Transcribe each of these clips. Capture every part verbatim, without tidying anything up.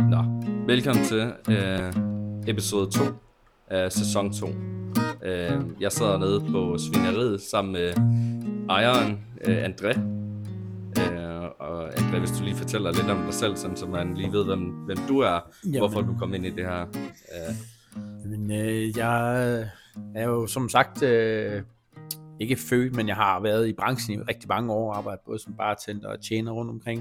Nå, velkommen til øh, episode to af sæson to. Øh, jeg sidder nede på svineriet sammen med ejeren, øh, André. Øh, og André, hvis du lige fortæller lidt om dig selv, sådan, så man lige ved, hvem, hvem du er, Jamen, hvorfor du kom ind i det her. Øh. Jamen, øh, jeg er jo som sagt øh, ikke født, men jeg har været i branchen i rigtig mange år, arbejdet både som bartender og tjener rundt omkring.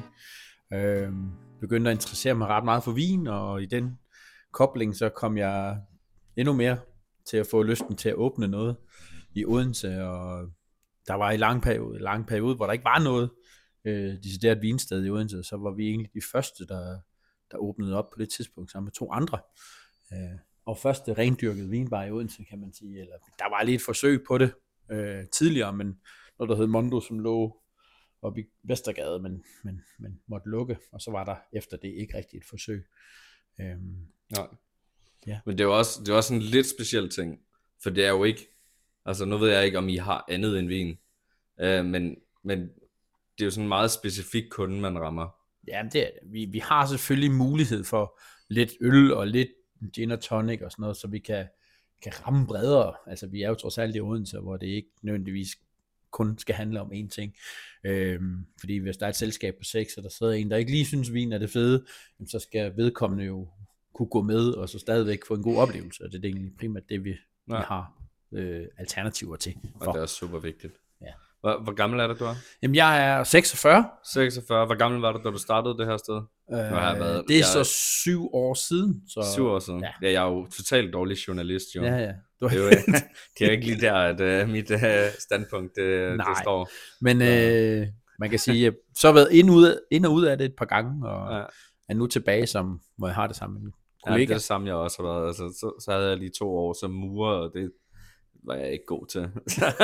Øh, begyndte at interessere mig ret meget for vin, og i den kobling så kom jeg endnu mere til at få lysten til at åbne noget i Odense, og der var i lang periode, lang periode hvor der ikke var noget øh, decideret vinsted i Odense, så var vi egentlig de første, der, der åbnede op på det tidspunkt sammen med to andre. Øh, og første rendyrkede vinbar i Odense, kan man sige. Eller, der var lige et forsøg på det øh, tidligere, men noget der hed Mondo, som lå oppe i Vestergade, men, men, men måtte lukke, og så var der efter det ikke rigtig et forsøg. Øhm, Nej. Ja. Men det er jo også, det er også en lidt speciel ting, for det er jo ikke, altså nu ved jeg ikke, om I har andet end vin, øh, men, men det er jo sådan en meget specifik kunde, man rammer. Ja, det er det. Vi, vi har selvfølgelig mulighed for lidt øl og lidt gin og tonic og sådan noget, så vi kan, kan ramme bredere. Altså vi er jo trods alt i Odense, hvor det ikke nødvendigvis kun skal handle om én ting. Øhm, fordi hvis der er et selskab på seks, og der sidder en, der ikke lige synes, vin er det fede, så skal vedkommende jo kunne gå med, og så stadigvæk få en god oplevelse. Og det er egentlig primært det, vi, vi har øh, alternativer til. For. Og det er super vigtigt. Ja. Hvor, hvor gammel er det, du er? Jamen, jeg er seksogfyrre. seksogfyrre. Hvor gammel var du, da du startede det her sted? Øh, har været, det er jeg, så syv år siden. Så, syv år siden? Ja. Ja, jeg er jo totalt dårlig journalist, jo. Ja, ja. Du... Det, er jo, det er jo ikke lige der, at uh, mit uh, standpunkt det, det står. Men øh, man kan sige, at så har jeg været ind, ud, ind og ud af det et par gange, og ja. er nu tilbage, som, hvor jeg har det sammen med min kollega. Ja, det er det samme, jeg også har været. Altså, så, så havde jeg lige to år som murer, og det var jeg ikke god til.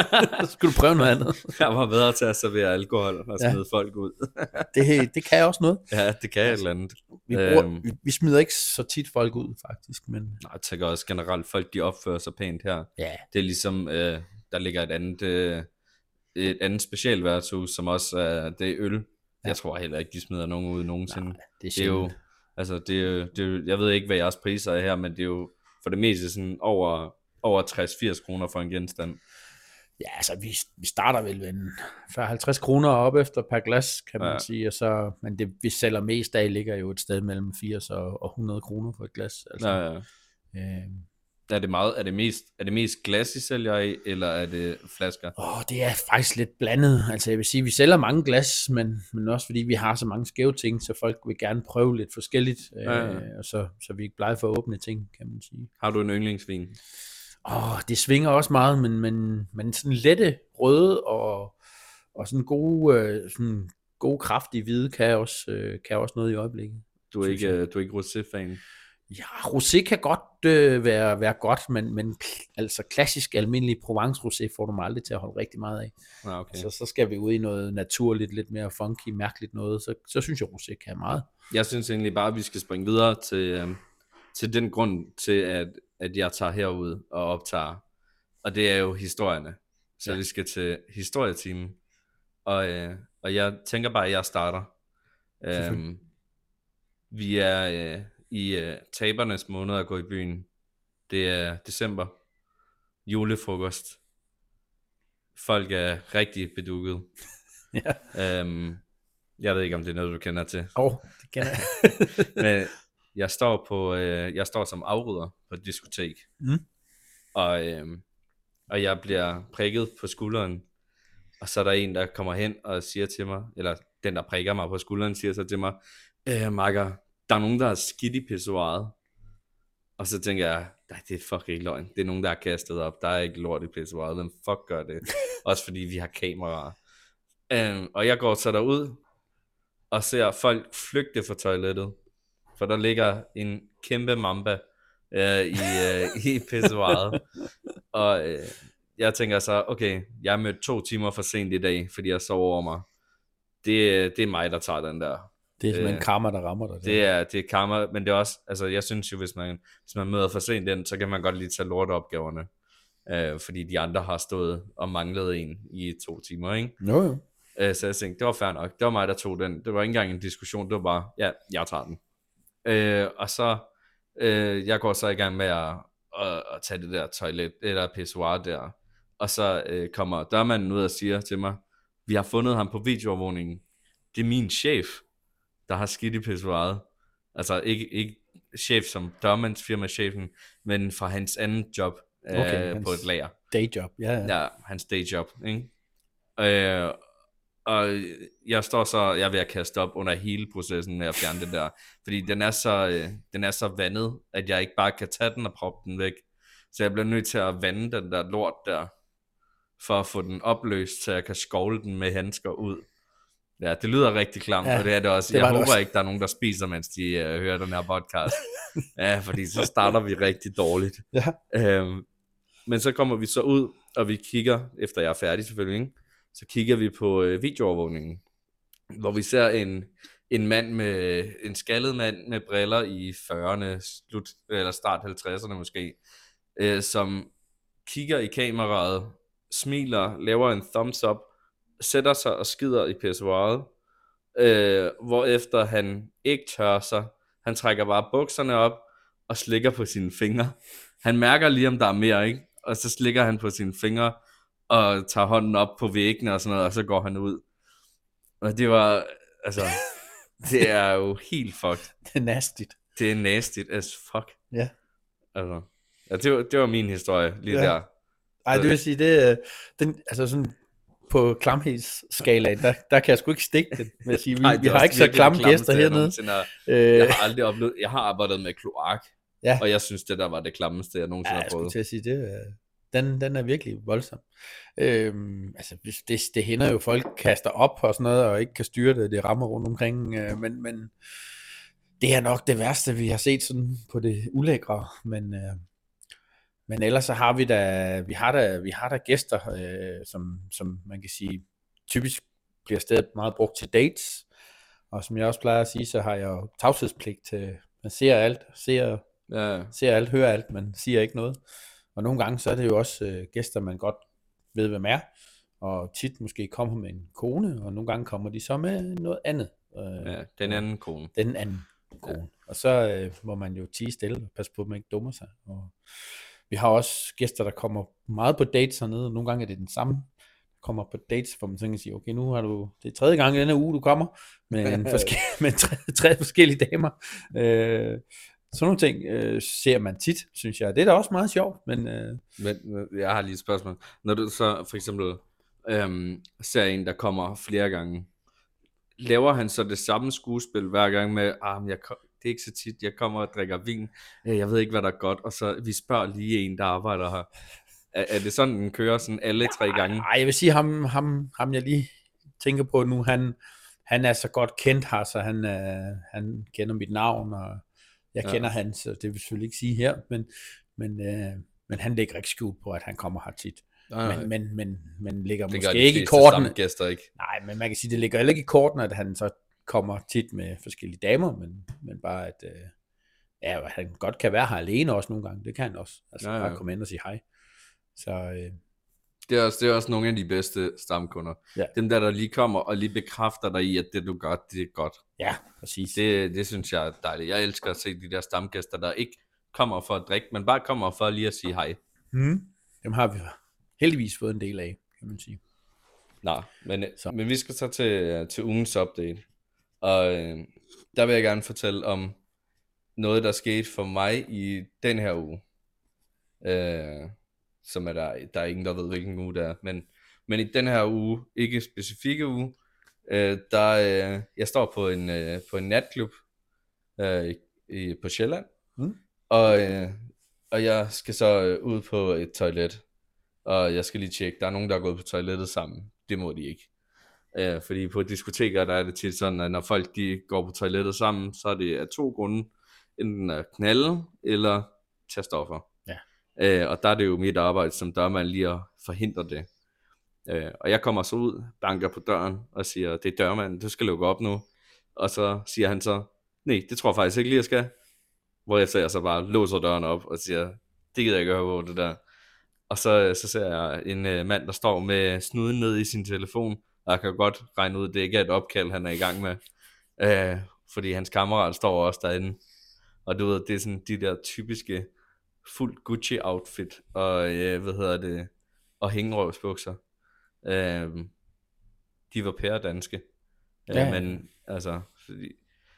Så skulle du prøve noget andet. Jeg var bedre til at servere alkohol og smide ja. folk ud. det, det kan også noget. Ja, det kan et eller andet. Vi, bruger, øhm, vi, vi smider ikke så tit folk ud, faktisk. Men... Nej, jeg tænker også generelt, folk de opfører sig pænt her. Ja. Det er ligesom, øh, der ligger et andet, øh, et andet specialværtshus, som også er, det er øl. Ja. Jeg tror heller ikke, de smider nogen ud nogensinde. Nej, det er, det er jo, altså det er, jo, det er jo, jeg ved ikke, hvad jeres priser er her, men det er jo for det meste sådan over... over tres til firs kroner for en genstand. Ja, altså vi, vi starter vel ved fyrre til halvtreds kroner op efter per glas, kan man ja. sige. Og så, men det vi sælger mest af, ligger jo et sted mellem firs og hundrede kroner for et glas. Altså, ja, ja. Øh, er det meget, er det mest, er det mest glas, I sælger i, eller er det flasker? Åh, det er faktisk lidt blandet. Altså jeg vil sige, vi sælger mange glas, men, men også fordi vi har så mange skæve ting, så folk vil gerne prøve lidt forskelligt. Ja, ja. Øh, og så, så vi ikke plejer for at åbne ting, kan man sige. Har du en yndlingsvin? Åh, det svinger også meget, men, men, men sådan lette røde og, og sådan gode, øh, sådan gode kraftige hvide kan også, øh, kan også noget i øjeblikket. Du er ikke, du er ikke rosé-fan? Ja, rosé kan godt øh, være, være godt, men, men altså klassisk almindelig Provence rosé får du mig aldrig til at holde rigtig meget af. Ah, okay. Så, så skal vi ud i noget naturligt, lidt mere funky, mærkeligt noget, så, så synes jeg rosé kan meget. Jeg synes egentlig bare, at vi skal springe videre til, øh, til den grund til, at at jeg tager herud og optager, og det er jo historierne. Så ja. Vi skal til historietimen, og, øh, og jeg tænker bare, at jeg starter. Øhm, vi er øh, i øh, tabernes måned at gå i byen. Det er december, julefrokost. Folk er rigtig bedukket. Ja. Øhm, jeg ved ikke, om det er noget, du kender til. Åh, oh, det kender jeg. Men jeg står på, øh, jeg står som afrydder på et diskotek, mm. og, øh, og jeg bliver prikket på skulderen, og så er der en, der kommer hen og siger til mig, eller den, der prikker mig på skulderen, siger så til mig, øh, Marker, der er nogen, der er skidt i pissoiret. Og så tænker jeg, nej, det er fuck ikke løgn. Det er nogen, der har kastet op. Der er ikke lort i pissoiret. Hvem fuck gør det? Også fordi vi har kameraer. Øh, og jeg går så derud og ser folk flygte fra toilettet. For der ligger en kæmpe mamba øh, i, øh, i pissoiret. Og øh, jeg tænker så, okay, jeg er mødt to timer for sent i dag, fordi jeg sov over mig. Det, det er mig, der tager den der. Det er simpelthen øh, karma, der rammer dig. Det er, det er karma, men det er også, altså jeg synes jo, hvis man, hvis man møder for sent den, så kan man godt lige tage lorteopgaverne. Øh, fordi de andre har stået og manglet en i to timer, ikke? Jo, jo. Øh, så jeg tænkte, det var fair nok. Det var mig, der tog den. Det var ikke engang en diskussion, det var bare, ja, jeg tager den. Øh, og så, øh, jeg går så i gang med at, at, at tage det der toilet, eller pissoir der, og så øh, kommer dørmanden ud og siger til mig, vi har fundet ham på videoovervågningen. Det er min chef, der har skidt i pissoiret. Altså ikke, ikke chef som dørmandsfirma-chefen, men fra hans anden job øh, Okay, på et lager. Dayjob, ja, ja. Ja, hans dayjob, ikke? Øh, og jeg står så, jeg er ved at kaste op under hele processen med at fjerne det der, fordi den er så, øh, den er så vandet, at jeg ikke bare kan tage den og proppe den væk. Så jeg bliver nødt til at vande den der lort der, for at få den opløst, så jeg kan skovle den med handsker ud. Ja, det lyder rigtig klamt, ja, og det er det også. Det jeg det håber også. ikke, der er nogen, der spiser, mens de uh, hører den her podcast. Ja, fordi så starter vi rigtig dårligt. Ja. Øhm, men så kommer vi så ud, og vi kigger, efter jeg er færdig selvfølgelig, ikke? Så kigger vi på øh, videoovervågningen, hvor vi ser en, en mand med, en skaldet mand med briller i fyrrerne, slut, eller start halvtredserne måske, øh, som kigger i kameraet, smiler, laver en thumbs up, sætter sig og skider i pissoiret, øh, hvorefter han ikke tørrer sig. Han trækker bare bukserne op og slikker på sine fingre. Han mærker lige, om der er mere, ikke? Og så slikker han på sine fingre og tager hånden op på væggene og sådan noget, og så går han ud. Og det var, altså, det er jo helt fucked. Det er nastigt. Det er nasty as fuck. Ja. Altså, ja, det var, det var min historie lige Ja. der. Ej, det vil sige, det er, den, altså sådan, på klamhedsskalaen, der, der kan jeg sgu ikke stikke den, vil jeg sige. Vi, Nej, vi det er har også ikke så virkelig klamme det gæster klammeste, jeg hernede. nogensinde har- Øh, Jeg har aldrig oplevet, jeg har arbejdet med kloak, Ja. og jeg synes, det der var det klammeste, jeg nogensinde ja, har jeg skulle prøvet. til at sige, det er, den, den er virkelig voldsom. Øhm, altså, hvis det, det hænder jo, folk kaster op og sådan noget, og ikke kan styre det, det rammer rundt omkring, øh, men, men det er nok det værste, vi har set sådan på det ulækre, men, øh, men ellers så har vi da, vi har da, vi har da gæster, øh, som, som man kan sige, typisk bliver stedet meget brugt til dates, og som jeg også plejer at sige, så har jeg jo tavshedspligt til, man ser alt, ser, Ja, ser alt, hører alt, man siger ikke noget. Og nogle gange, så er det jo også øh, gæster, man godt ved, hvem er, og tit måske kommer med en kone, og nogle gange kommer de så med noget andet. Øh, ja, den anden kone. Den anden kone. Ja. Og så øh, må man jo tie stille og passe på, at man ikke dummer sig. Og vi har også gæster, der kommer meget på dates hernede, og nogle gange er det den samme, kommer på dates, hvor man tænker sig, okay, nu har du, det er tredje gang i denne uge, du kommer med, en forske- med tre, tre forskellige damer. Øh, sådan nogle ting øh, ser man tit, synes jeg. Det er da også meget sjovt, men... Øh, Men øh, jeg har lige et spørgsmål. Når du så for eksempel øhm, ser en, der kommer flere gange, laver han så det samme skuespil hver gang med, ah, men jeg, ko- det er ikke så tit, jeg kommer og drikker vin, ja, jeg ved ikke, hvad der er godt, og så vi spørger lige en, der arbejder her. Er, er det sådan, den kører sådan alle tre gange? Ej, jeg vil sige, ham, ham, ham jeg lige tænker på nu, han, han er så godt kendt her, så han, øh, han kender mit navn, og jeg Ja. kender hans, så det vil jeg selvfølgelig ikke sige her, men, men, øh, men han lægger ikke skjult på, at han kommer her tit. Nej, Men, men, men, men ligger det gør måske de ikke i fleste kortene. stamgæster ikke. Nej, men man kan sige, det ligger heller ikke i kortene, at han så kommer tit med forskellige damer, men, men bare at, øh, ja, at han godt kan være her alene også nogle gange, det kan han også. Altså Ja, ja. bare komme ind og sige hej. Så øh, Det er, også, det er også nogle af de bedste stamkunder. Ja. Dem der, der lige kommer og lige bekræfter dig i, at det du gør, det er godt. ja, præcis. Det, det synes jeg er dejligt. Jeg elsker at se de der stamgæster, der ikke kommer for at drikke, men bare kommer for lige at sige hej. Mm. Dem har vi heldigvis fået en del af, kan man sige. Nå, men, Så. men vi skal så til, til ugens update. Og øh, der vil jeg gerne fortælle om noget, der skete for mig i den her uge. Øh, som er der, der er ingen, der ved, hvilken uge det er. Men, men i den her uge, ikke specifikke uge, øh, der øh, jeg står på en, øh, på en natklub øh, i, på Sjælland. Mm. Og, øh, og jeg skal så øh, ud på et toilet. Og jeg skal lige tjekke, der er nogen, der er gået på toilettet sammen. Det må de ikke. Øh, fordi på diskoteker, der er det tit sådan, at når folk de går på toilettet sammen, så er det af to grunde. Enten at knalde, eller tage stoffer. Ja. Øh, og der er det jo mit arbejde som dørmand lige at forhindre det. Øh, og jeg kommer så ud, banker på døren og siger, det er dørmanden, du skal lukke op nu. Og så siger han så, nej, det tror jeg faktisk ikke lige, jeg skal. Hvor jeg ser så bare låser døren op og siger, det gider jeg ikke høre på det der. Og så, så ser jeg en øh, mand, der står med snuden ned i sin telefon, og jeg kan godt regne ud, at det ikke er et opkald, han er i gang med. Øh, fordi hans kammerat står også derinde. og du ved, det er sådan de der typiske fuld Gucci outfit, og øh, hvad hedder det, og hængerøvsbukser. Øh, de var pæredanske. Ja, Ja, ja. men altså, fordi,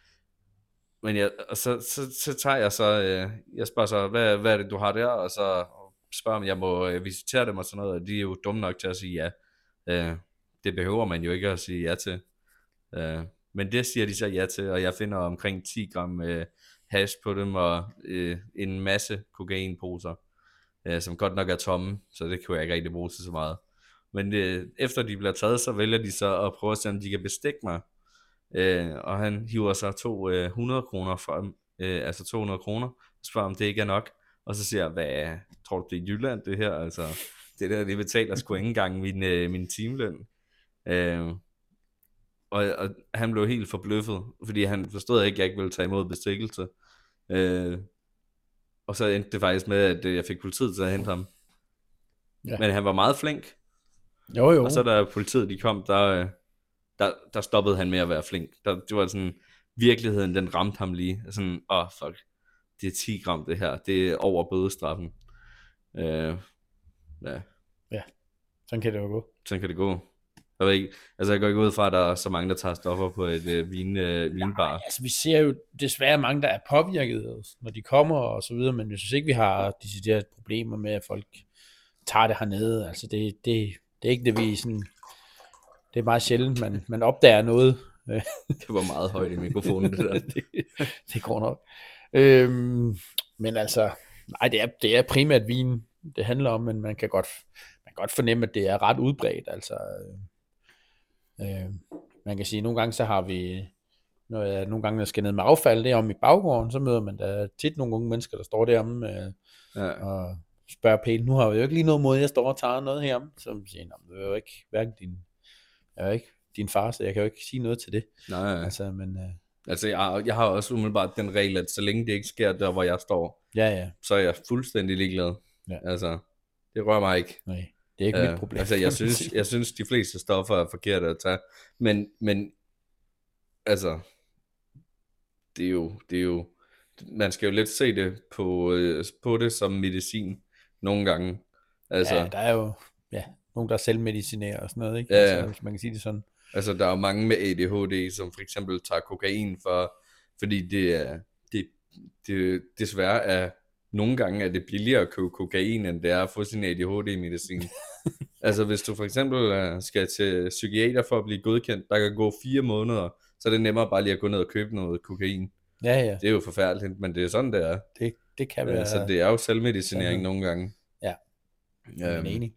men jeg, og så, så, så tager jeg så, øh, jeg spørger så, hvad, hvad er det, du har der, og så spørger om jeg må øh, visitere dem og sådan noget, og de er jo dumme nok til at sige ja. Øh, det behøver man jo ikke at sige ja til. Øh, men det siger de så ja til, og jeg finder omkring ti gram øh, hash på dem, og øh, en masse kokainposer, øh, som godt nok er tomme, så det kunne jeg ikke rigtig bruge til så meget. Men øh, efter de bliver taget, så vælger de så at prøve at se, om de kan bestikke mig. Øh, og han hiver så to øh, hundrede kroner frem, øh, altså to hundrede kroner, og spørger, om det ikke er nok. Og så siger jeg, hvad, tror du det er Jylland det her? Altså, det der, det betaler sgu ikke engang min, øh, min timeløn. Øh, og, og han blev helt forbløffet, fordi han forstod ikke, at jeg ikke ville tage imod bestikkelse. Øh, og så endte det faktisk med, at jeg fik politiet til at hente ham. Ja. Men han var meget flink. Jo, jo. Og så da politiet de kom, der, der, der stoppede han med at være flink. Der, det var sådan, virkeligheden den ramte ham lige. Sådan, åh oh, fuck, det er ti gram det her, det er over bødestraffen. Øh, ja. Ja, sådan kan det jo gå. Sådan kan det gå. Jeg ved ikke, altså jeg går ikke ud fra, at der er så mange, der tager stoffer på et øh, vin, øh, vinbar. Ja, altså vi ser jo desværre mange, der er påvirket, når de kommer og så videre, men jeg synes ikke, vi har decideret problemer med, at folk tager det hernede. Altså det, det, det er ikke det, vi sådan, det er meget sjældent, man, man opdager noget. Det var meget højt i mikrofonen, det der. det, det går nok. Øhm, men altså, nej, det er, det er primært vin, det handler om, men man kan godt, man kan godt fornemme, at det er ret udbredt. Altså, øh, man kan sige, at nogle gange så har vi, når jeg nogle gange skal ned med affald, det er om i baggården, så møder man der tit nogle unge mennesker, der står deromme øh, ja. og spørger pænt, nu har jeg jo ikke lige noget mod, jeg står og tager noget herom, så siger jeg, det er jo ikke, hverken din, jeg er ikke din far, så jeg kan jo ikke sige noget til det. Nej, altså, men, øh, altså jeg, jeg har også umiddelbart den regel, at så længe det ikke sker der, hvor jeg står, ja, ja. så er jeg fuldstændig ligeglad. Ja. Altså, det rører mig ikke. Nej, det er ikke uh, mit problem. Altså, jeg synes, jeg synes, de fleste stoffer er forkerte at tage, men, men altså, det er jo, det er jo, man skal jo lidt se det på, på det som medicin nogle gange. Altså, ja, der er jo ja, nogen, der selvmedicinerer og sådan noget, ikke? Ja, altså, hvis man kan sige det sådan. Altså, der er jo mange med A D H D, som for eksempel tager kokain, for, fordi det er, det, det desværre er, nogle gange er det billigere at købe kokain, end det er at få sin A D H D-medicin. Altså, hvis du for eksempel skal til psykiater for at blive godkendt, der kan gå fire måneder, så er det nemmere bare lige at gå ned og købe noget kokain. Ja, ja. Det er jo forfærdeligt, men det er sådan, det er. Det, det kan være. Så det er jo selvmedicinering sådan nogle gange. Ja, jeg er øhm, enig.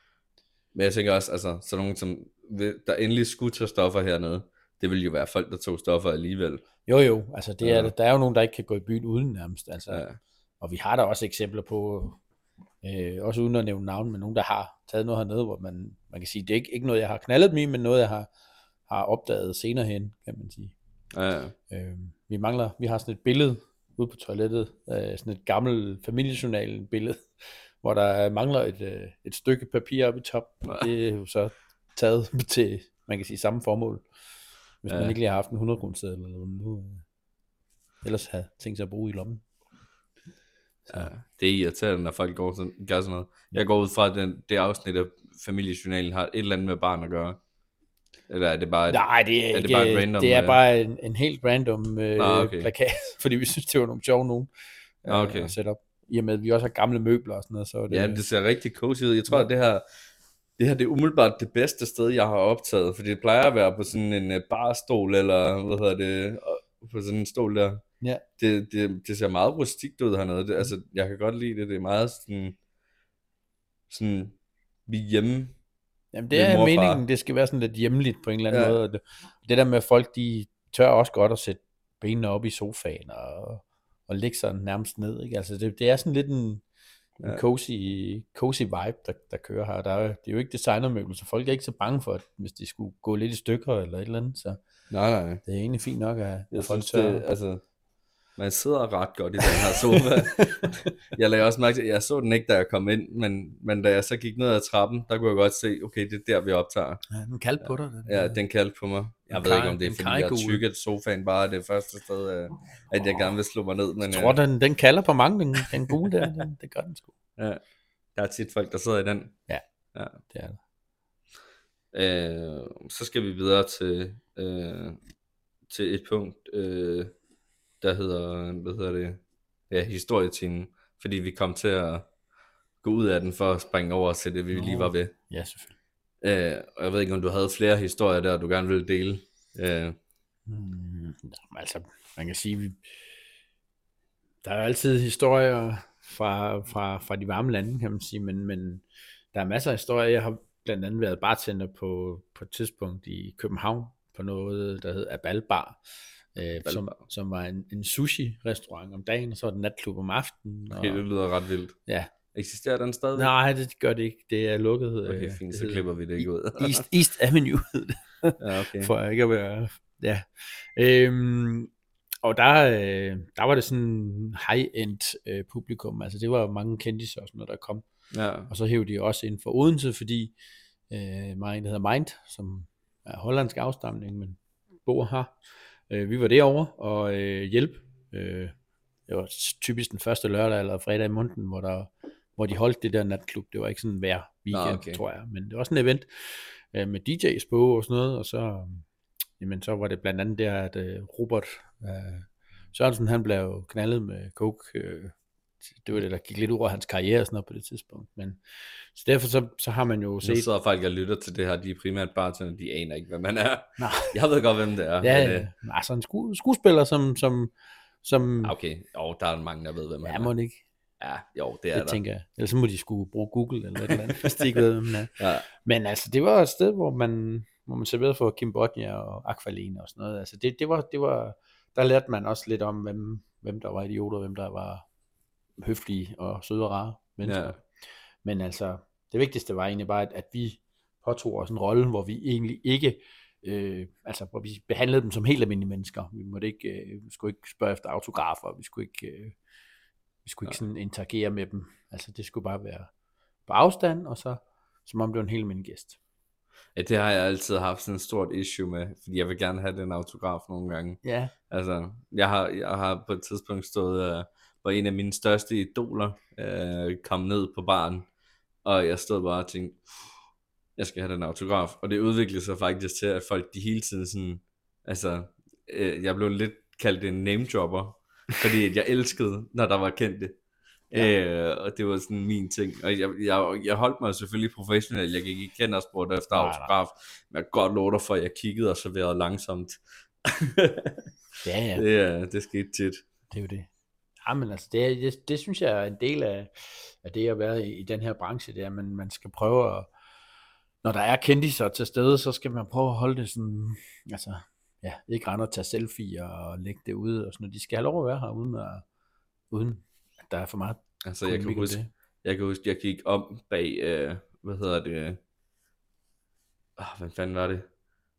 Men jeg tænker også, altså, så nogen som, der endelig skulle tage stoffer hernede, det vil jo være folk, der tog stoffer alligevel. Jo, jo, altså det er, ja. Der er jo nogen, der ikke kan gå i byen uden nærmest, altså. Ja. Og vi har der også eksempler på, øh, også uden at nævne navn, men nogen, der har taget noget hernede, hvor man, man kan sige, det er ikke, ikke noget, jeg har knaldet med, men noget, jeg har, har opdaget senere hen, kan man sige. Ja, ja. Øh, vi mangler, vi har sådan et billede ude på toilettet, øh, sådan et gammelt familiejournal billede, hvor der mangler et, øh, et stykke papir oppe i top, og det er jo så taget til, man kan sige, samme formål, hvis ja. man ikke lige har haft en hundrede kroner seddel, eller hvad nu øh, ellers har tænkt sig at bruge i lommen. Så. Ja, det er irriterende, når folk går sådan, gør sådan noget. Jeg går ud fra, at den, det afsnit af familiejournalen har et eller andet med barn at gøre. Eller er det bare et, Nej, det er, er ikke, det bare, random, det er bare en, en helt random øh, Nå, okay. plakat, fordi vi synes, det var nogle sjove nogen øh, okay. at sætte op. I og med, at vi også har gamle møbler og sådan noget. Så det, ja, det ser rigtig cozy ud. Jeg tror, ja. at det her, det her det er umiddelbart det bedste sted, jeg har optaget, fordi det plejer at være på sådan en uh, barstol, eller hvad hedder det, på sådan en stol der. Ja. Det, det, det ser meget rustikt ud hernede. Det, altså, jeg kan godt lide det. Det er meget sådan, sådan vi hjemme. Jamen det er meningen, det skal være sådan lidt hjemligt på en eller anden ja. måde. Det, det der med at folk, de tør også godt at sætte benene op i sofaen og, og ligge sådan nærmest ned. Ikke? Altså det, det er sådan lidt en, ja. en cozy, cozy vibe, der, der kører her. Der er, det er jo ikke designermøbler, så folk er ikke så bange for, at hvis de skulle gå lidt i stykker eller et eller andet. Så nej, nej. det er egentlig fint nok, at, jeg at folk synes, tør. det, altså, Man sidder ret godt i den her sofa. Jeg lagde også mærke til, jeg så den ikke, da jeg kom ind, men, men da jeg så gik ned ad trappen, der kunne jeg godt se, okay, det er der, vi optager. Ja, den kaldte på dig. Den, ja, den kaldte på mig. Jeg ved ikke, om det er, fordi jeg er tyk, at sofaen bare er det første sted, at jeg gerne vil slå mig ned. Men, jeg tror, den, den kalder på mange, den, den gule der. Den, det gør den sgu. Ja, der er tit folk, der sidder i den. Ja, ja. Det er det. Øh, så skal vi videre til, øh, til et punkt, øh, der hedder, hvad hedder det, ja, historietimen, fordi vi kom til at gå ud af den for at springe over til det, vi Nå, lige var ved. Ja, selvfølgelig. Øh, og jeg ved ikke, om du havde flere historier der, du gerne ville dele. Øh. Hmm, altså, man kan sige, vi, der er altid historier fra, fra, fra de varme lande, kan man sige, men, men der er masser af historier. Jeg har blandt andet været bartender på, på et tidspunkt i København, på noget, der hed Abal Bar, øh, som, som var en, en sushi-restaurant om dagen, og så var det natklub om aftenen. Og, okay, det lyder ret vildt. Ja. Eksisterer den stadig? Nej, det gør det ikke. Det er lukket. Okay, fint, så klipper vi det ikke ud. East, East Avenue. Ja, okay. For ikke at være... Ja. Øhm, og der, øh, der var det sådan high-end øh, publikum. Altså det var mange kendisser og sådan noget, der kom. Ja. Og så hævde de også ind for Odense, fordi øh, mig, der hedder Mind, som er hollandsk afstamning, men bor her. Øh, vi var derovre og øh, hjælp. Øh, det var typisk den første lørdag eller fredag i måneden, hvor, der, hvor de holdt det der natklub. Det var ikke sådan hver weekend, Nå, okay. tror jeg. Men det var sådan et event øh, med D J's på og sådan noget. Og så, jamen, så var det blandt andet der, at øh, Robert øh, Sørensen, han blev knaldet med coke. Øh, det var det, der gik lidt ud over hans karriere sådan noget på det tidspunkt. Men så derfor så, så har man jo set... Nu sidder folk og lytter til det her, de er primært bartender, de aner ikke, hvad man er. Nej. Jeg ved godt, hvem det er. Ja, men, øh... altså en sku, skuespiller, som... som som okay, jo, der er mange, der ved, hvem han ja, er. må det ikke. Ja, jo, det er det der. tænker jeg. Ellers så må de skulle bruge Google eller et eller andet, hvis de ikke ved, hvem han er. Ja. Men altså, det var et sted, hvor man, hvor man serverede for Kim Bodnia og Aqualene og sådan noget. Altså, det, det, var, det var, der lærte man også lidt om, hvem, hvem der var idioter, og hvem der var høflige og søde og rare mennesker. Ja. Men altså, det vigtigste var egentlig bare, at, at vi påtog os en rolle, hvor vi egentlig ikke... Øh, altså hvor vi behandlede dem som helt almindelige mennesker. Vi måtte ikke, øh, vi skulle ikke spørge efter autografer, vi skulle ikke, øh, vi skulle ikke sådan interagere med dem. Altså det skulle bare være på afstand, og så som om det var en helt almindelig gæst. Ja, det har jeg altid haft sådan et stort issue med, fordi jeg vil gerne have den autograf nogle gange. Ja. Altså, jeg har, jeg har på et tidspunkt stået, uh, hvor en af mine største idoler uh, kom ned på baren, og jeg stod bare og tænkte, jeg skal have den autograf, og det udviklede sig faktisk til, at folk de hele tiden sådan, altså, øh, jeg blev lidt kaldt en name dropper, fordi jeg elskede, når der var kendte, ja. øh, og det var sådan min ting, og jeg, jeg, jeg holdt mig selvfølgelig professionelt, jeg gik ikke kendt og spurgte efter nej, autograf, nej. Men jeg kan godt love dig for, at jeg kiggede og serverede langsomt. Ja, ja. Det, det skete tit. Det er jo det. Ja, men altså, det, det, det synes jeg er en del af, af det at være i, i den her branche, det er, at man, man skal prøve at når der er kendiser til stede, så skal man prøve at holde det sådan, altså, ja, ikke rende og tage selfie og lægge det ude og sådan noget. De skal have lov at være her, uden at, uden at der er for meget. Altså, jeg kan huske, jeg kan huske, jeg gik om bag, øh, hvad hedder det, ah, hvad fanden var det?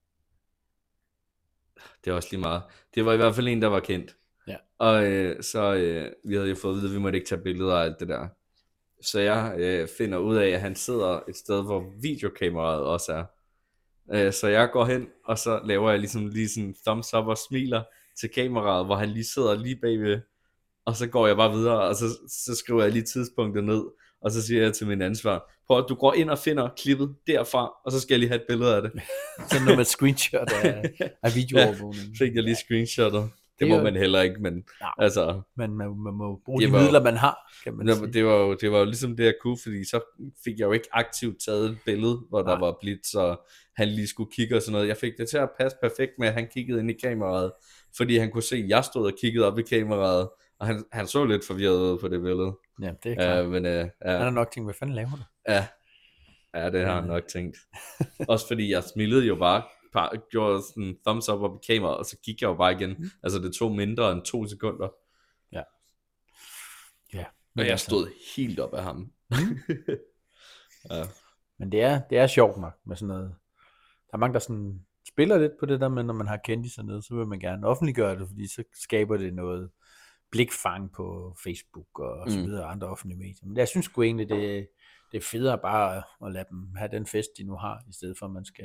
Det var også lige meget. Det var i hvert fald en, der var kendt. Ja. Og øh, så, øh, vi havde jo fået at vide, at vi måtte ikke tage billeder og alt det der. Så jeg øh, finder ud af, at han sidder et sted, hvor videokameraet også er. Øh, så jeg går hen, og så laver jeg ligesom lige sådan thumbs up og smiler til kameraet, hvor han lige sidder lige bagved. Og så går jeg bare videre, og så, så skriver jeg lige tidspunktet ned. Og så siger jeg til min ansvar, prøv at du går ind og finder klippet derfra, og så skal jeg lige have et billede af det. Sådan noget med screenshot af, af videoovervågning. Ja, fik jeg lige screenshotet. Det, det må jo, man heller ikke, men ja, altså... Men man, man må bruge de var, midler, man har, kan man det, sige. Det var, jo, det var jo ligesom det, jeg kunne, fordi så fik jeg jo ikke aktivt taget et billede, hvor nej, der var blidt, så han lige skulle kigge og sådan noget. Jeg fik det til at passe perfekt med, at han kiggede ind i kameraet, fordi han kunne se, at jeg stod og kiggede op i kameraet, og han, han så lidt forvirret ud på det billede. Ja, det er klart. Uh, men, uh, uh, han har nok tænkt, hvad fanden laver du? Ja, ja det har han nok tænkt. Også fordi jeg smilede jo bare, bare gjorde sådan en thumbs up op i kameraet, og så gik jeg jo bare igen. Mm. Altså det tog mindre end to sekunder. Ja. Ja. Og jeg stod helt op af ham. Ja. Men det er, det er sjovt nok med sådan noget. Der er mange, der sådan spiller lidt på det der med, når man har kendte sig nede, så vil man gerne offentliggøre det, fordi så skaber det noget, blikfang på Facebook og så Mm. videre, andre offentlige medier. Men jeg synes sgu egentlig, det, det er federe bare at, at lade dem have den fest, de nu har, i stedet for, at man skal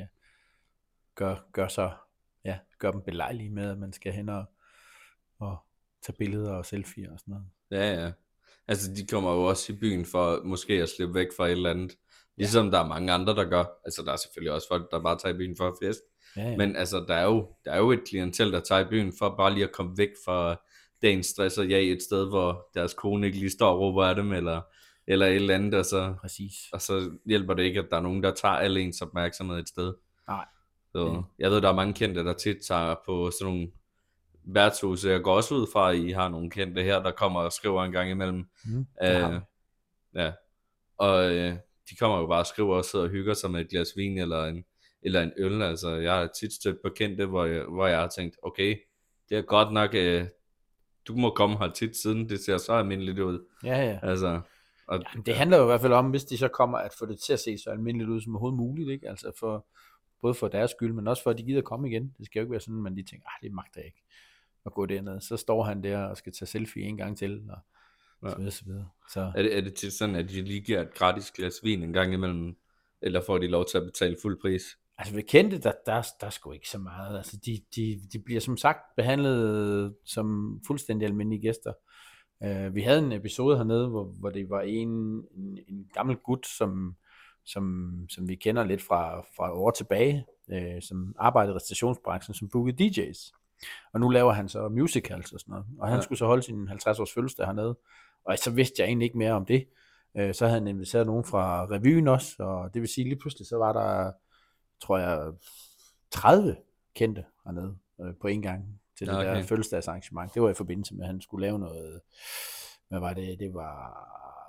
gøre, gøre, så, ja, gøre dem belejlige med, at man skal hen og, og tage billeder og selfie og sådan noget. Ja, ja. Altså, de kommer jo også i byen for måske at slippe væk fra et eller andet. Ligesom ja. Der er mange andre, der gør. Altså, der er selvfølgelig også folk, der bare tager i byen for at fest. Ja, ja. Men altså, der er, jo, der er jo et klientel, der tager i byen for bare lige at komme væk fra dagens stress og ja, et sted, hvor deres kone ikke lige står og råber af dem, eller, eller et eller andet, og så, Præcis. og så hjælper det ikke, at der er nogen, der tager alle ens opmærksomhed et sted. Nej. Så mm. jeg ved, der er mange kendte, der tit tager på sådan nogle værtshuse. Jeg går også ud fra, at I har nogle kendte her, der kommer og skriver en gang imellem. Mm, øh, ja. Og øh, de kommer jo bare og skriver og sidder og hygger sig med et glas vin eller en, eller en øl. Altså, jeg har tit stødt på kendte, hvor jeg, hvor jeg har tænkt, okay, det er godt nok, øh, du må komme her tit, siden det ser så almindeligt ud. Ja, ja. Altså, og, ja, det handler jo i hvert fald om, hvis de så kommer, at få det til at se så almindeligt ud som overhovedet muligt, ikke? Altså for, både for deres skyld, men også for, at de gider komme igen. Det skal jo ikke være sådan, at de tænker, ah, det magter jeg ikke at gå derned. Så står han der og skal tage selfie en gang til, og ja. så videre, så videre. Så. Er, det, er det til sådan, at de lige giver et gratis glas vin en gang imellem, eller får de lov til at betale fuld pris? Altså ved kendte, der, der, der er sgu ikke så meget. Altså de, de, de bliver som sagt behandlet som fuldstændig almindelige gæster. Uh, vi havde en episode hernede, hvor, hvor det var en, en, en gammel gut, som, som, som vi kender lidt fra, fra år tilbage, uh, som arbejdede i restaurationsbranchen, som bookede D J's. Og nu laver han så musicals og sådan noget. Og han ja. skulle så holde sin halvtreds års fødselsdag hernede. Og så vidste jeg egentlig ikke mere om det. Uh, så havde han inviteret nogen fra revyen også, og det vil sige, lige pludselig så var der, tror jeg, tredive kendte hernede uh, på en gang til det okay. der fødselsdagsarrangement. Det var i forbindelse med, at han skulle lave noget, hvad var det, det var,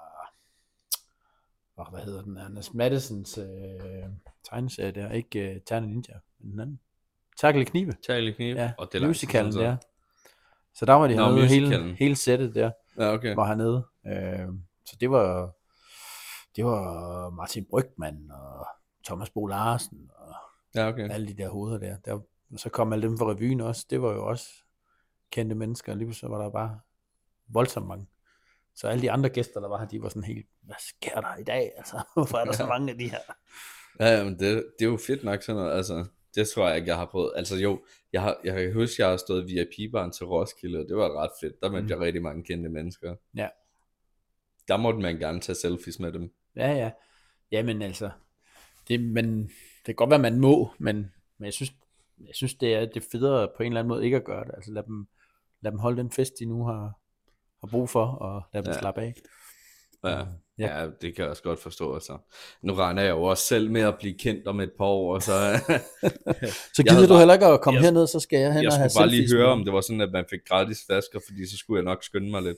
oh, hvad hedder den, Anders Mattesens øh, tegneserie der, ikke uh, Terne Ninja, men den anden. Tackle Knive. Tackle Knive, ja, og det er musicalen der. Så der var de hernede, hele, hele sættet der, ja, okay. var hernede. Øh, så det var, det var Martin Brygmann og Thomas Bo Larsen og ja, okay. alle de der hoveder der. der. Og så kom alle dem fra revyen også. Det var jo også kendte mennesker. Lige så var der bare voldsomt mange. Så alle de andre gæster, der var her, de var sådan helt, hvad sker der i dag? Altså, hvorfor er der så mange af de her? Ja, men det, det er jo fedt nok sådan noget. Altså, det tror jeg ikke, jeg har prøvet. Altså jo, jeg, har, jeg kan huske, jeg har stået V I P-baren til Roskilde, og det var ret fedt. Der mødte mm. jeg rigtig mange kendte mennesker. Ja. Der måtte man gerne tage selfies med dem. Ja, ja. Jamen altså, det, men, det kan godt være, man må, men, men jeg synes, jeg synes det, er, det er federe på en eller anden måde ikke at gøre det. Altså lad dem, lad dem holde den fest, de nu har, har brug for, og lad dem ja. slappe af. Ja. Ja. ja, det kan jeg også godt forstå. Altså. Nu regner jeg jo også selv med at blive kendt om et par år. Så, så gider du heller ikke at komme jeg, herned, så skal jeg hen jeg og have selfies. Jeg skulle bare lige høre, om det var sådan, at man fik gratis flasker, fordi så skulle jeg nok skynde mig lidt.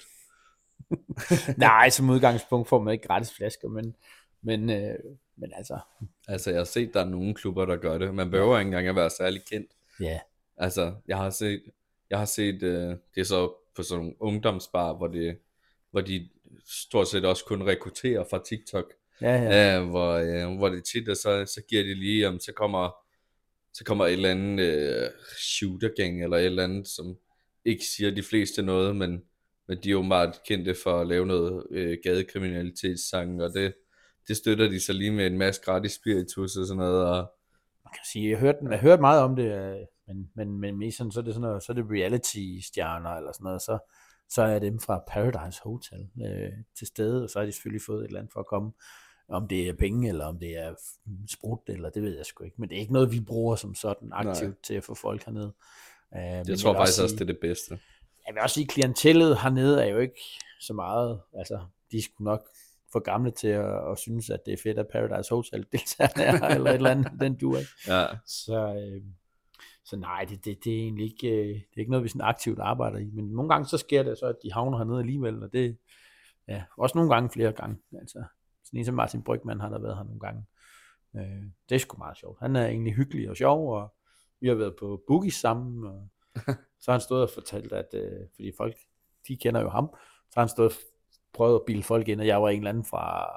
Nej, som udgangspunkt får man ikke gratis flasker, men, men, øh, men altså... Altså, jeg har set, der er nogle klubber, der gør det. Man behøver ikke engang at være særlig kendt. Ja. Yeah. Altså, jeg har set, jeg har set øh, det er så på sådan nogle ungdomsbar, hvor, det, hvor de stort set også kun rekrutterer fra TikTok. Ja, ja. Øh, hvor, øh, hvor det tit er, så, så giver de lige, om så kommer, så kommer et eller andet øh, shootergang, eller et eller andet, som ikke siger de fleste noget, men, men de er jo meget kendte for at lave noget øh, gadekriminalitetssang, og det, det støtter de så lige med en masse gratis spiritus og sådan noget. Og man kan sige, jeg har hørt, jeg har hørt meget om det, men, men, men mest sådan, så er det sådan noget, så er det reality-stjerner eller sådan noget, så, så er dem fra Paradise Hotel øh, til stede, og så har de selvfølgelig fået et eller andet for at komme. Om det er penge, eller om det er sprut, eller det ved jeg sgu ikke, men det er ikke noget, vi bruger som sådan aktivt Nej. til at få folk hernede. Uh, jeg jeg tror faktisk også, sige, det er det bedste. Jeg vil også sige, at klientellet hernede er jo ikke så meget, altså de skulle nok for gamle til at, at synes, at det er fedt, at Paradise Hotel deltager der, eller et eller andet, den du ikke. Ja. Så, øh, så nej, det, det, det er egentlig ikke, øh, det er ikke noget, vi sådan aktivt arbejder i, men nogle gange så sker det så, at de havner hernede alligevel, og det, ja, også nogle gange flere gange, altså. Sådan en som Martin Brygmann har der været her nogle gange. Øh, det er sgu meget sjovt. Han er egentlig hyggelig og sjov, og vi har været på boogies sammen, og så har han stået og fortalt, at øh, fordi folk, de kender jo ham, så har han stået og prøvet at bilde folk ind, og jeg var en eller anden fra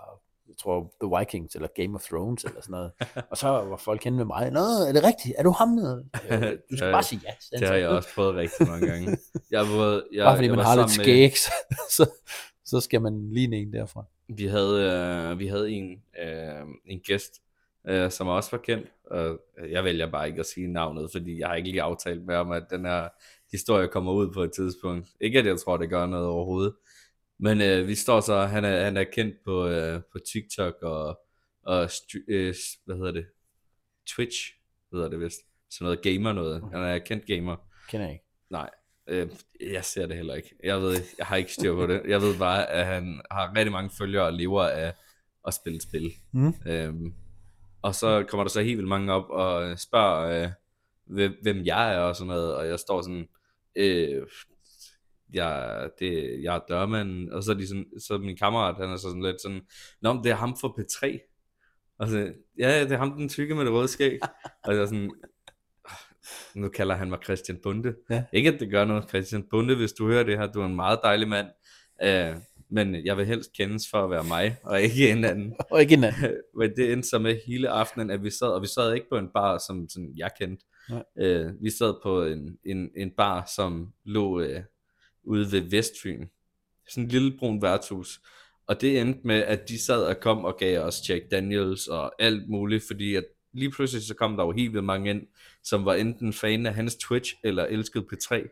jeg tror, The Vikings, eller Game of Thrones, eller sådan noget. Og så var folk henne med mig, nå, er det rigtigt? Er du ham? Øh, Du skal bare sige ja. Det har jeg også prøvet rigtig mange gange. Jeg var, jeg, Bare fordi jeg man var har lidt sammen med- skæg, så, så skal man ligne en derfra. Vi havde, øh, vi havde en, øh, en gæst, øh, som også var kendt, og jeg vælger bare ikke at sige navnet, fordi jeg har ikke lige aftalt med om, at den her historie kommer ud på et tidspunkt. Ikke at jeg tror, det gør noget overhovedet. Men øh, vi står så, han er, han er kendt på, øh, på TikTok og, og stri- øh, hvad hedder det? Twitch hedder det vist. Sådan noget gamer noget. Han er kendt gamer. Kender jeg ikke. Nej, øh, jeg ser det heller ikke. Jeg ved, jeg har ikke styr på det. Jeg ved bare, at han har rigtig mange følgere og lever af at spille spil. Mm. Øhm, og så kommer der så helt vildt mange op og spørger, øh, hvem, hvem jeg er og sådan noget, og jeg står sådan, øh, jeg, det, jeg er dørmand, og så er, de sådan, så er min kammerat, han er så sådan lidt sådan, nå, men det er ham for P tre. Og så, ja, det er ham den tykke med det røde skæg. Og jeg er sådan, nu kalder han mig Christian Bunde. Ja. Ikke at det gør noget, Christian Bunde, hvis du hører det her, du er en meget dejlig mand. Uh, men jeg vil helst kendes for at være mig, og ikke en anden. Og ikke en anden. Men det endte så med hele aftenen, at vi sad, og vi sad ikke på en bar, som sådan, jeg kendte. Uh, vi sad på en, en, en bar, som lå uh, ude ved Vestfyn. Sådan en lille brun værtshus. Og det endte med, at de sad og kom og gav os Jack Daniels og alt muligt, fordi at lige pludselig så kom der jo helt vildt mange ind, som var enten fan af hans Twitch, eller elskede P tre.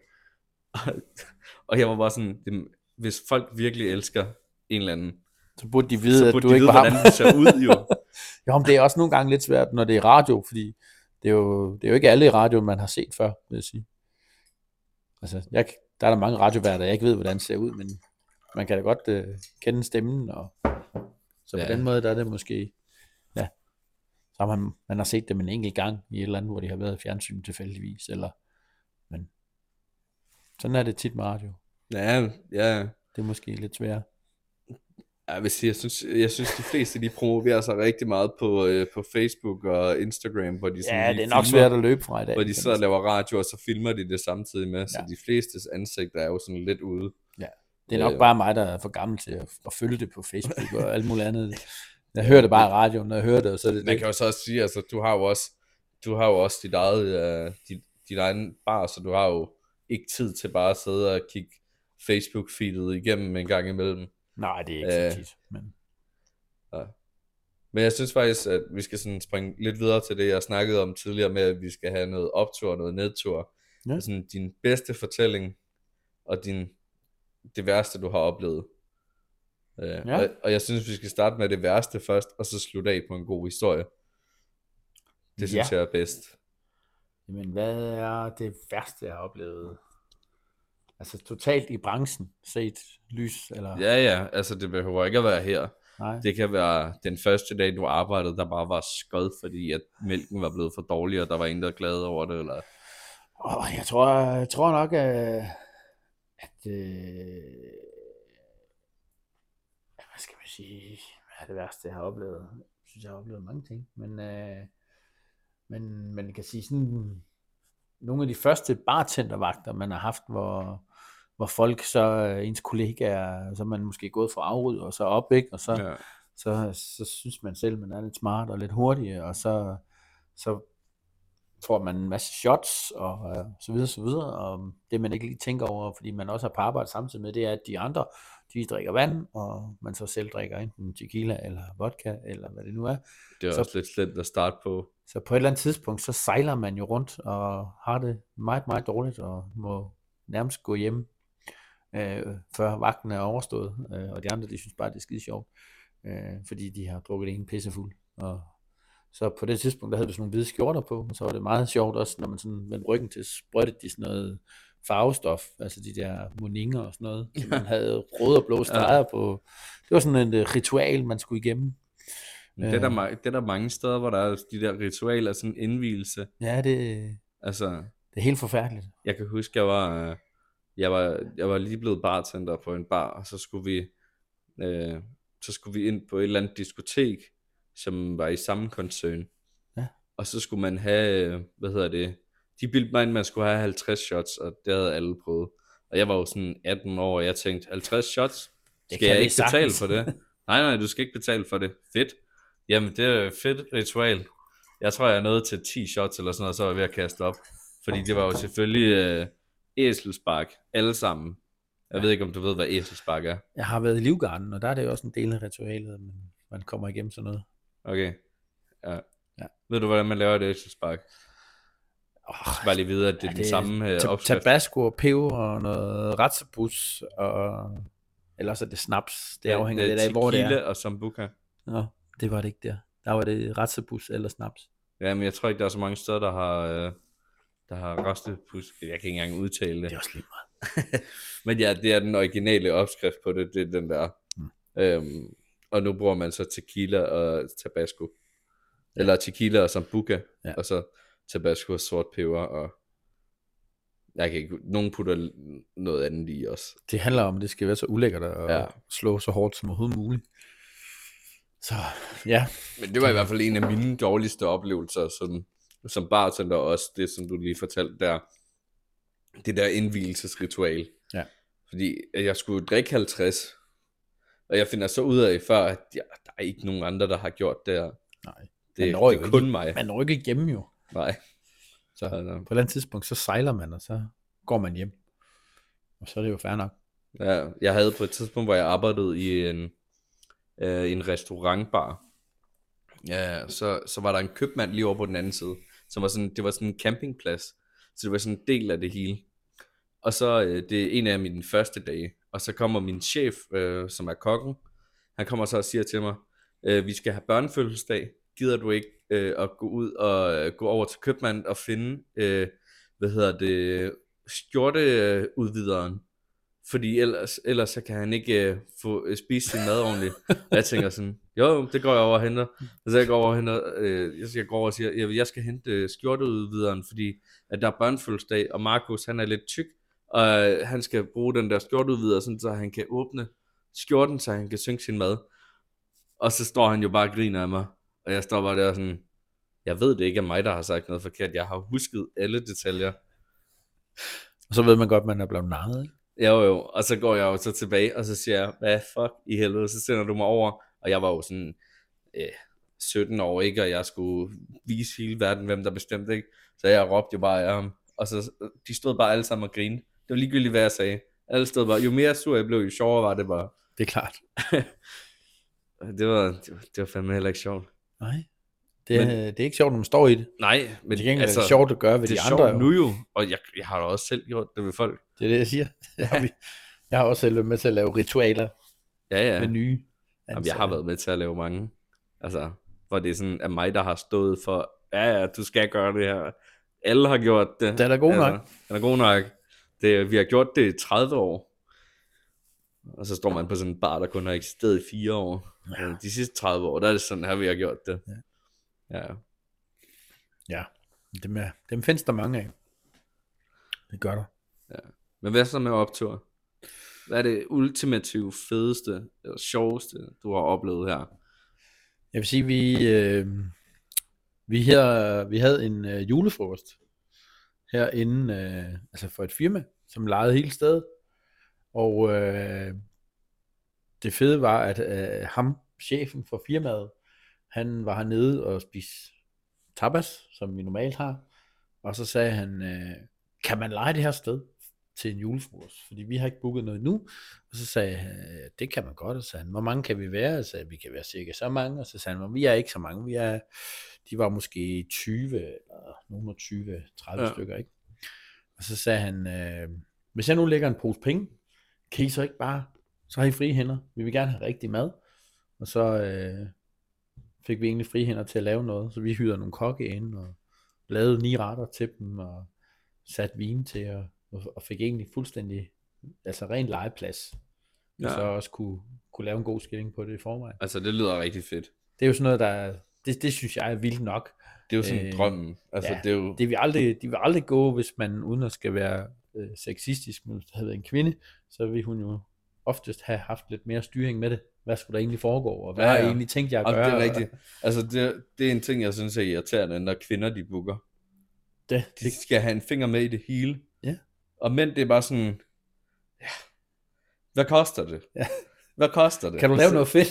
Og jeg var bare sådan, det, hvis folk virkelig elsker en eller anden, Så burde de vide, så at burde du de ikke vide, var ham. hvordan det ser ud jo. Jo, men det er også nogle gange lidt svært, når det er radio, fordi det er jo, det er jo ikke alle i radioen, man har set før, vil jeg sige. Altså, jeg, der er der mange radioværter, jeg ikke ved, hvordan det ser ud, men man kan da godt øh, kende stemmen, og så på Ja. den måde, der er det måske, ja, så har man, man har set dem en enkelt gang i et eller andet, hvor de har været i fjernsyn tilfældigvis, eller, men sådan er det tit med radio. Ja, ja. Det er måske lidt sværere. Jeg vil sige, jeg synes, jeg synes de fleste, de promoverer sig rigtig meget på, øh, på Facebook og Instagram, hvor de sådan Ja, lige det er nok filmer, svært at løbe fra i dag. hvor de kan sidder man og laver radio, og så filmer de det samtidig med, så Ja. de flestes ansigter er jo sådan lidt ude. Det er nok Øh. bare mig, der er for gammel til at, at følge det på Facebook og alt muligt andet. Jeg hører det bare i radioen, når jeg hører det, og så er det Man det. kan jo så også sige, altså du har jo også, du har jo også dit eget, uh, dit, dit egen bar, så du har jo ikke tid til bare at sidde og kigge Facebook-feedet igennem en gang imellem. Nej, det er ikke Øh. så tit. Men... Men jeg synes faktisk, at vi skal sådan springe lidt videre til det, jeg snakkede om tidligere med, at vi skal have noget optur og noget nedtur. Ja. Sådan din bedste fortælling, og din, det værste, du har oplevet. Uh, Ja. og, og jeg synes, vi skal starte med det værste først, og så slutte af på en god historie. Det synes Ja. jeg er bedst. Jamen, hvad er det værste, jeg har oplevet? Altså totalt i branchen set lys, eller? Ja, ja, altså det behøver ikke at være her. Nej. Det kan være den første dag, du arbejdede, der bare var skød, fordi at mælken var blevet for dårlig, og der var en, der var glad over det, eller... Oh, jeg, tror, jeg tror nok, at, at øh, hvad skal man sige, hvad er det værste, jeg har oplevet? Jeg synes, jeg har oplevet mange ting, men, øh, men man kan sige sådan, nogle af de første bartendervagter, man har haft, hvor, hvor folk så, øh, ens kollegaer, så er man måske gået fra afryd og så op, ikke? Og så, Ja. så, så synes man selv, man er lidt smart og lidt hurtig, og så, så får man en masse shots og øh, så videre, så videre, og det man ikke lige tænker over, fordi man også har på arbejde samtidig med, det er, at de andre, de drikker vand, og man så selv drikker enten tequila eller vodka, eller hvad det nu er. Det er Så- også lidt slemt at starte på. Så på et eller andet tidspunkt, så sejler man jo rundt og har det meget, meget dårligt, og må nærmest gå hjem, øh, før vagten er overstået, øh, og de andre, de synes bare, det er skide sjovt, øh, fordi de har drukket en pissefuld, og så på det tidspunkt, der havde vi sådan nogle hvide skjorter på, og så var det meget sjovt også, når man sådan vendte ryggen til, sprøjtede de sådan noget farvestof, altså de der moninger og sådan noget, så man havde røde og blå streger på. Det var sådan et uh, ritual, man skulle igennem. Men det, er der, ma- det er der mange steder, hvor der er de der ritualer, sådan en indvielse. Ja, det, Altså, det er helt forfærdeligt. jeg kan huske, jeg var, øh, jeg var, jeg var lige blevet bartender på en bar, og så skulle vi, øh, så skulle vi ind på et eller andet diskotek, som var i samme koncern. Ja. Og så skulle man have, øh, hvad hedder det, de bildte mig ind, man skulle have halvtreds shots, og det havde alle prøvet. Og jeg var jo sådan atten år, og jeg tænkte, halvtreds shots? Det Skal kan jeg vi ikke betale sagtens. for det? Nej, nej, du skal ikke betale for det. Fedt. Jamen, det er et fedt ritual. Jeg tror, jeg er nået til ti shots eller sådan noget, så var jeg ved at kaste op. Fordi det var jo selvfølgelig øh, æselspark, alle sammen. Jeg ja. ved ikke, om du ved, hvad æselspark er. Jeg har været i Livgarden, og der er det jo også en del af ritualet, men man kommer igennem sådan noget. Okay. Ja. Ja. Ved du, hvordan man laver et æselspark? Oh, jeg skal bare lige vide, at det er ja, den det samme øh, opskrift. Tabasco og peber og noget ratsabus, og ellers er det snaps. Det afhænger lidt af, hvor det er. Tequila og sambuca. Nå, det var det ikke der. Der var det ratsabus eller snaps. Ja, men jeg tror ikke, der er så mange steder, der har, øh, der har rastepus. Jeg kan ikke engang udtale det. Det er også lige meget. Men ja, det er den originale opskrift på det. Det er den der. Mm. Øhm, og nu bruger man så tequila og tabasco. Ja. Eller tequila og sambuca. Ja. Og så tabasco og sort peber. Og jeg kan ikke... Nogen putter noget andet i også. Det handler om, at det skal være så ulækkert at ja. slå så hårdt som overhovedet muligt. Så ja. Men det var i hvert fald en af mine dårligste oplevelser som, som bartender også, det som du lige fortalte der, det der indvielsesritual. Ja. Fordi jeg skulle drikke halvtreds, og jeg finder så ud af før, at ja, der er ikke nogen andre, der har gjort det her. Nej. Det, det er kun ikke, mig. Man når ikke hjem jo. Nej. Så altså. På et eller andet tidspunkt, så sejler man, og så går man hjem. Og så er det jo fair nok. Ja, jeg havde på et tidspunkt, hvor jeg arbejdede i en Uh, en restaurantbar. Ja, så, så var der en købmand lige over på den anden side, som var sådan, det var sådan en campingplads, så det var sådan en del af det hele. Og så uh, det er en af mine første dage, og så kommer min chef, uh, som er kokken, han kommer så og siger til mig, uh, vi skal have børnefødselsdag, gider du ikke uh, at gå ud og uh, gå over til købmanden og finde, uh, hvad hedder det, skjorteudvideren, fordi ellers, ellers så kan han ikke øh, få øh, spist sin mad ordentligt. Og jeg tænker sådan, jo, det går jeg over og henter. Og så jeg går over og henter, øh, jeg skal gå over og siger, jeg, jeg skal hente øh, skjorteudvideren, fordi at der er børnefødselsdag, og Markus, han er lidt tyk, og øh, han skal bruge den der skjorteudvider, sådan, så han kan åbne skjorten, så han kan synke sin mad. Og så står han jo bare og griner af mig, og jeg står bare der sådan, jeg ved det ikke er mig, der har sagt noget forkert, jeg har husket alle detaljer. Og så ved man godt, man er blevet narret, ikke? Jo jo, og så går jeg jo så tilbage, og så siger jeg, hvad fuck i helvede, så sender du mig over, og jeg var jo sådan øh, sytten år, ikke, og jeg skulle vise hele verden, hvem der bestemte, ikke, så jeg råbte jo bare af ham, og så de stod bare alle sammen og grinede, det var ligegyldigt, hvad jeg sagde, alle stod bare, jo mere sur jeg blev, jo sjovere var det bare. Det er klart. det, var, det, var, det var fandme heller ikke sjovt. Nej. Det er, men, det er ikke sjovt, når man står i det. Nej, men det er altså, det sjovt at gøre ved de andre. Det er sjovt nu jo, og jeg, jeg har da også selv gjort det ved folk. Det er det, jeg siger. Jeg har, jeg har også selv været med til at lave ritualer ja, ja. med nye. Jamen, jeg har været med til at lave mange. Altså, hvor det er sådan, at mig, der har stået for, ja, ja, du skal gøre det her. Alle har gjort det. Det er da god nok. Altså, det er da god nok. Det, vi har gjort det i tredive år. Og så står man på sådan en bar, der kun har eksisteret i fire år. Ja. De sidste tredive år, der er det sådan her, vi har gjort det. Ja. Ja. Ja, dem, er, dem findes der mange af. Det gør der. Ja. Men hvad så med optur? Hvad er det ultimative, fedeste eller sjoveste, du har oplevet her? Jeg vil sige, vi øh, vi, her, vi havde en øh, julefrokost herinde, øh, altså for et firma, som lejede hele stedet. Og øh, det fede var, at øh, ham, chefen for firmaet, han var hernede og spiste tapas, som vi normalt har. Og så sagde han, øh, kan man lege det her sted til en julefrokost? Fordi vi har ikke booket noget nu. Og så sagde han, det kan man godt. Og så sagde han, hvor mange kan vi være? Og så sagde vi kan være cirka så mange. Og så sagde han, vi er ikke så mange. Vi er, de var måske tyve, eller nogen af tyve, tredive ja. stykker, ikke? Og så sagde han, øh, hvis jeg nu lægger en pose penge, kan I så ikke bare, så har I frie hænder. Vi vil gerne have rigtig mad. Og så øh, fik vi egentlig frie hænder til at lave noget. Så vi hyrede nogle kokke ind og lavede ni retter til dem og satte vin til og, og fik egentlig fuldstændig, altså ren legeplads. Ja. Og så også kunne, kunne lave en god skilling på det i forvejen. Altså det lyder rigtig fedt. Det er jo sådan noget, der, det, det synes jeg er vildt nok. Det er jo sådan øh, drømmen. Altså, ja, det, er jo... det vil aldrig, de vil aldrig gå, hvis man uden at skal være øh, sexistisk, men hvis det havde været en kvinde, så ville hun jo oftest have haft lidt mere styring med det. Hvad skulle der egentlig foregå, og hvad ja, ja. har jeg egentlig tænkt jer at gøre? Det er rigtigt. Altså det, det er en ting, jeg synes er irriterende, når kvinder de booker. Det, de skal have en finger med i det hele. Ja. Og mænd, det er bare sådan, ja, hvad koster det? Ja. Hvad koster det? Kan du lave noget fedt?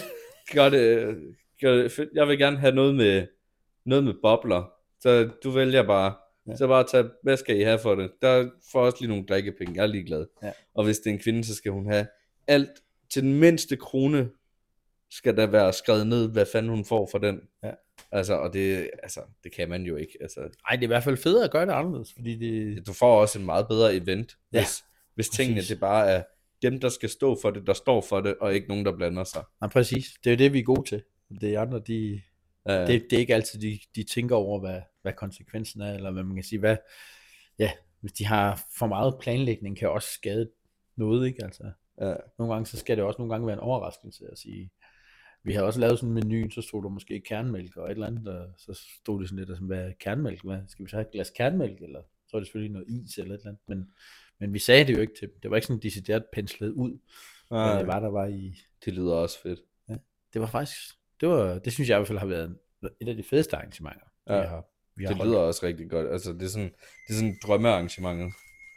gør det, gør det fedt. Jeg vil gerne have noget med, noget med bobler. Så du vælger bare, ja. Så bare tage, hvad skal I have for det? Der får også lige nogle drikkepenge, jeg er ligeglad. Ja. Og hvis det er en kvinde, så skal hun have alt til den mindste krone, skal der være skrevet ned, hvad fanden hun får for den. Ja. Altså, og det, altså, det kan man jo ikke. Altså. Ej, det er i hvert fald federe at gøre det anderledes, fordi det... Du får også en meget bedre event, ja. hvis, hvis tingene det bare er dem, der skal stå for det, der står for det, og ikke nogen, der blander sig. Nej, præcis. Det er jo det, vi er gode til. Det er andre, de... Ja. Det, det er ikke altid, de, de tænker over, hvad, hvad konsekvensen er, eller hvad man kan sige, hvad... Ja, hvis de har for meget planlægning, kan også skade noget, ikke? Altså, ja. Nogle gange, så skal det også nogle gange være en overraskelse at sige... Vi har også lavet sådan en menu, så stod der måske kernmælk og et eller andet, og så stod det sådan lidt, altså, hvad er kernmælk? Hvad? Skal vi så have et glas kernmælk, eller så er det selvfølgelig noget is eller et eller andet, men, men vi sagde det jo ikke til dem. Det var ikke sådan decideret penslet ud, Nej, det var der var i... Det lyder også fedt. Ja, det var faktisk, det, var, det synes jeg i hvert fald har været et af de fedeste arrangementer, ja, vi har, vi har det holdt. lyder også rigtig godt. Altså, det er sådan, det er sådan drømmearrangementet.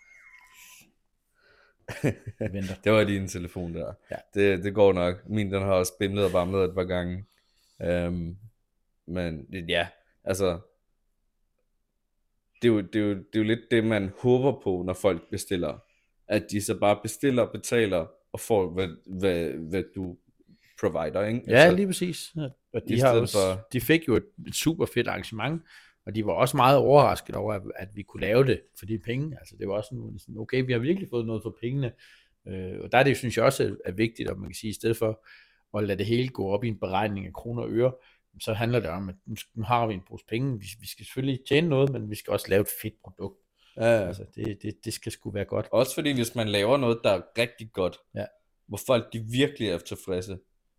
Det var lige en telefon der. Ja. Det, det går nok. Min, den har også bimlet og bamlet et par gange. Um, men ja, altså det er, jo, det, er jo, det er jo lidt det, man håber på, når folk bestiller. At de så bare bestiller, betaler og får, hvad, hvad, hvad du provider, ikke? Ja, altså, lige præcis. Og de, har også, for... de fik jo et, et super fedt arrangement, og de var også meget overrasket over, at, at vi kunne lave det for de penge. Altså det var også sådan, okay, vi har virkelig fået noget for pengene. Øh, og der er det, synes jeg også er vigtigt, at man kan sige, i stedet for at lade det hele gå op i en beregning af kroner og øre, så handler det om, at nu har vi en pose penge. Vi, vi skal selvfølgelig tjene noget, men vi skal også lave et fedt produkt. Ja, ja. Altså det, det, det skal sgu være godt. Også fordi, hvis man laver noget, der er rigtig godt, ja. Hvor folk de virkelig er tilfredse,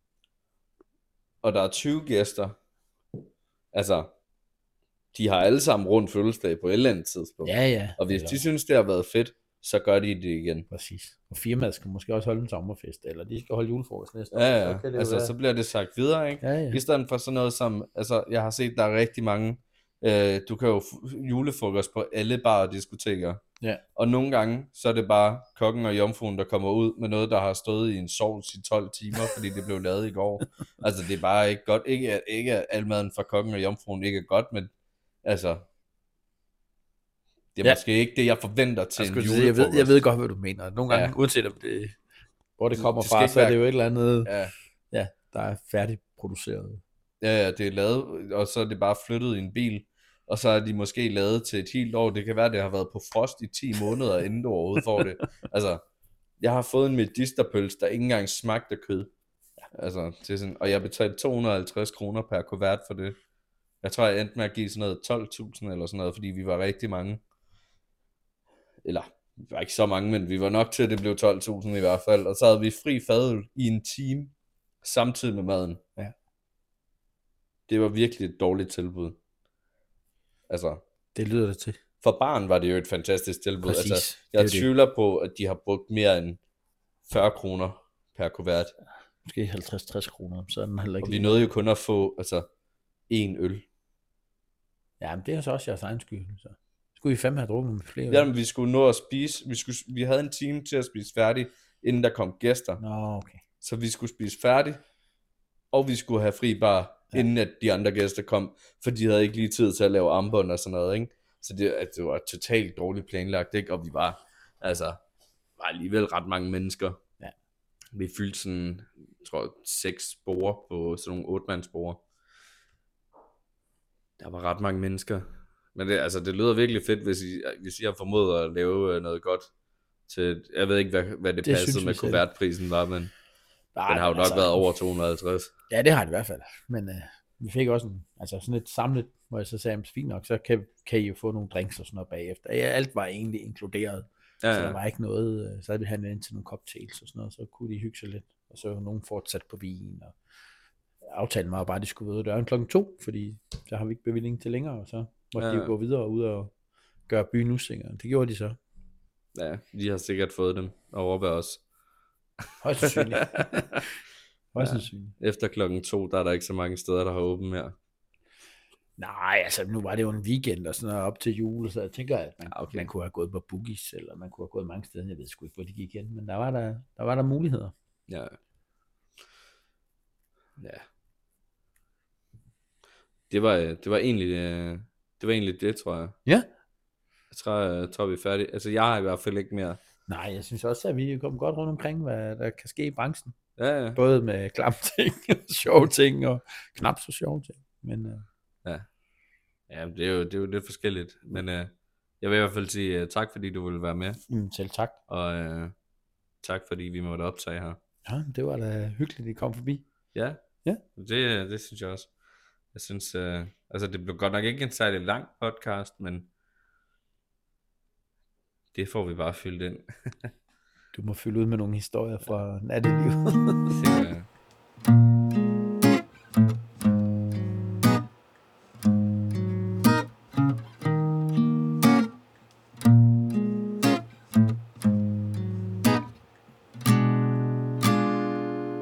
og der er tyve gæster, altså de har alle sammen rundt fødselsdag på et eller andet tidspunkt. Ja, ja. Og hvis de synes, det har været fedt, så gør de det igen. Præcis. Og firmaet skal måske også holde en sommerfest, eller de skal holde julefrokost næste år. Ja, ja. Så kan det altså være... så bliver det sagt videre, ikke? Ja, ja. I stedet for sådan noget som, altså jeg har set, der er rigtig mange, øh, du kan jo f- julefrokost på alle barer og diskoteker. Ja. Og nogle gange, så er det bare kokken og jomfruen, der kommer ud med noget, der har stået i en sovs i tolv timer, fordi det blev lavet i går. Altså det er bare ikke godt. Ikke, ikke at al maden fra kokken og jomfruen ikke er godt, men altså... Det er ja. Måske ikke det, jeg forventer til jeg en julefrokost. Jeg ved, jeg ved godt, hvad du mener. Nogle gange, ja. Uanset om det, hvor det kommer det fra, så er det jo et eller andet, ja. Ja, der er færdigproduceret. Ja, ja, det er lavet, og så er det bare flyttet i en bil, og så er de måske lavet til et helt år. Det kan være, det har været på frost i ti måneder, inden du overhovedet får det. Altså, jeg har fået en medisterpølse, der ikke engang smagte kød. Altså, til sådan, og jeg betalte to hundrede og halvtreds kroner per kuvert for det. Jeg tror, jeg endte med at give sådan noget tolv tusind eller sådan noget, fordi vi var rigtig mange. Eller, vi var ikke så mange, men vi var nok til, at det blev tolv tusind i hvert fald. Og så havde vi fri fadøl i en time, samtidig med maden. Ja. Det var virkelig et dårligt tilbud. Altså. Det lyder det til. For barn var det jo et fantastisk tilbud. Præcis. Altså, jeg tvivler det. på, at de har brugt mere end fyrre kroner per kuvert. Måske halvtreds til tres kroner, så er den heller ikke. Og vi nåede jo kun at få, altså, en øl. Ja, men det er så også jeres egen skyld, så. Skulle I fandme have drukket med flere? Jamen, vi skulle nå at spise. Vi, skulle, vi havde en time til at spise færdig, inden der kom gæster. Nå, okay. Så vi skulle spise færdig, og vi skulle have fri bar, ja. Inden at de andre gæster kom, for de havde ikke lige tid til at lave armbånd og sådan noget, ikke? Så det, at det var totalt dårligt planlagt, ikke? Og vi var, altså, var alligevel ret mange mennesker. Ja. Vi fyldte sådan, jeg tror, seks spore på sådan nogle otte-mandsspore. Der var ret mange mennesker. Men det, altså, det lyder virkelig fedt, hvis I, hvis I har formået at lave noget godt til, jeg ved ikke, hvad, hvad det, det passede med kuvertprisen var, men nej, den har jo nok altså været over to hundrede og halvtreds. Ja, det har det i hvert fald. Men øh, vi fik også en, altså sådan et samlet, hvor jeg så sagde, fint nok, så kan, kan I jo få nogle drinks og sådan noget bagefter. Ja, alt var egentlig inkluderet, ja, ja. Så der var ikke noget, så havde vi handlet ind til nogle cocktails og sådan noget, så kunne de hygge sig lidt, og så nogen fortsat på vin, og aftalen var bare, at de skulle ud af døren klokken to, fordi så har vi ikke bevilling til længere, og så måtte ja. De gå videre ud og gøre byen usikker. Det gjorde de så. Ja, de har sikkert fået dem over ved os. Højst sandsynligt. Højst sandsynligt. Ja, efter klokken to, der er der ikke så mange steder, der har åbent mere. Nej, altså nu var det jo en weekend og sådan noget op til jul, så jeg tænker, at man, ja, okay. man kunne have gået på Boogies, eller man kunne have gået mange steder. Jeg ved sgu ikke, hvor de gik hen, men der var der, der, var der muligheder. Ja. Ja. Det var, øh, det var egentlig, øh, det var egentlig det, tror jeg. Ja. Jeg tror, jeg tror, vi er færdige. Altså, jeg har i hvert fald ikke mere. Nej, jeg synes også, at vi kommer godt rundt omkring, hvad der kan ske i branchen. Ja, ja. Både med klamme ting, sjove ting og knap så sjove ting. Men, uh... Ja. Ja, det er jo, det er jo lidt forskelligt. Men uh, jeg vil i hvert fald sige uh, tak, fordi du ville være med. Mm, selv tak. Og uh, tak, fordi vi måtte optage her. Ja, det var da hyggeligt, at I kom forbi. Ja, ja. Det, det synes jeg også. Jeg synes, uh, altså det blev godt nok ikke en særlig lang podcast, men det får vi bare fyldt ind. Du må fylde ud med nogle historier fra nattelivet. Det tænker jeg.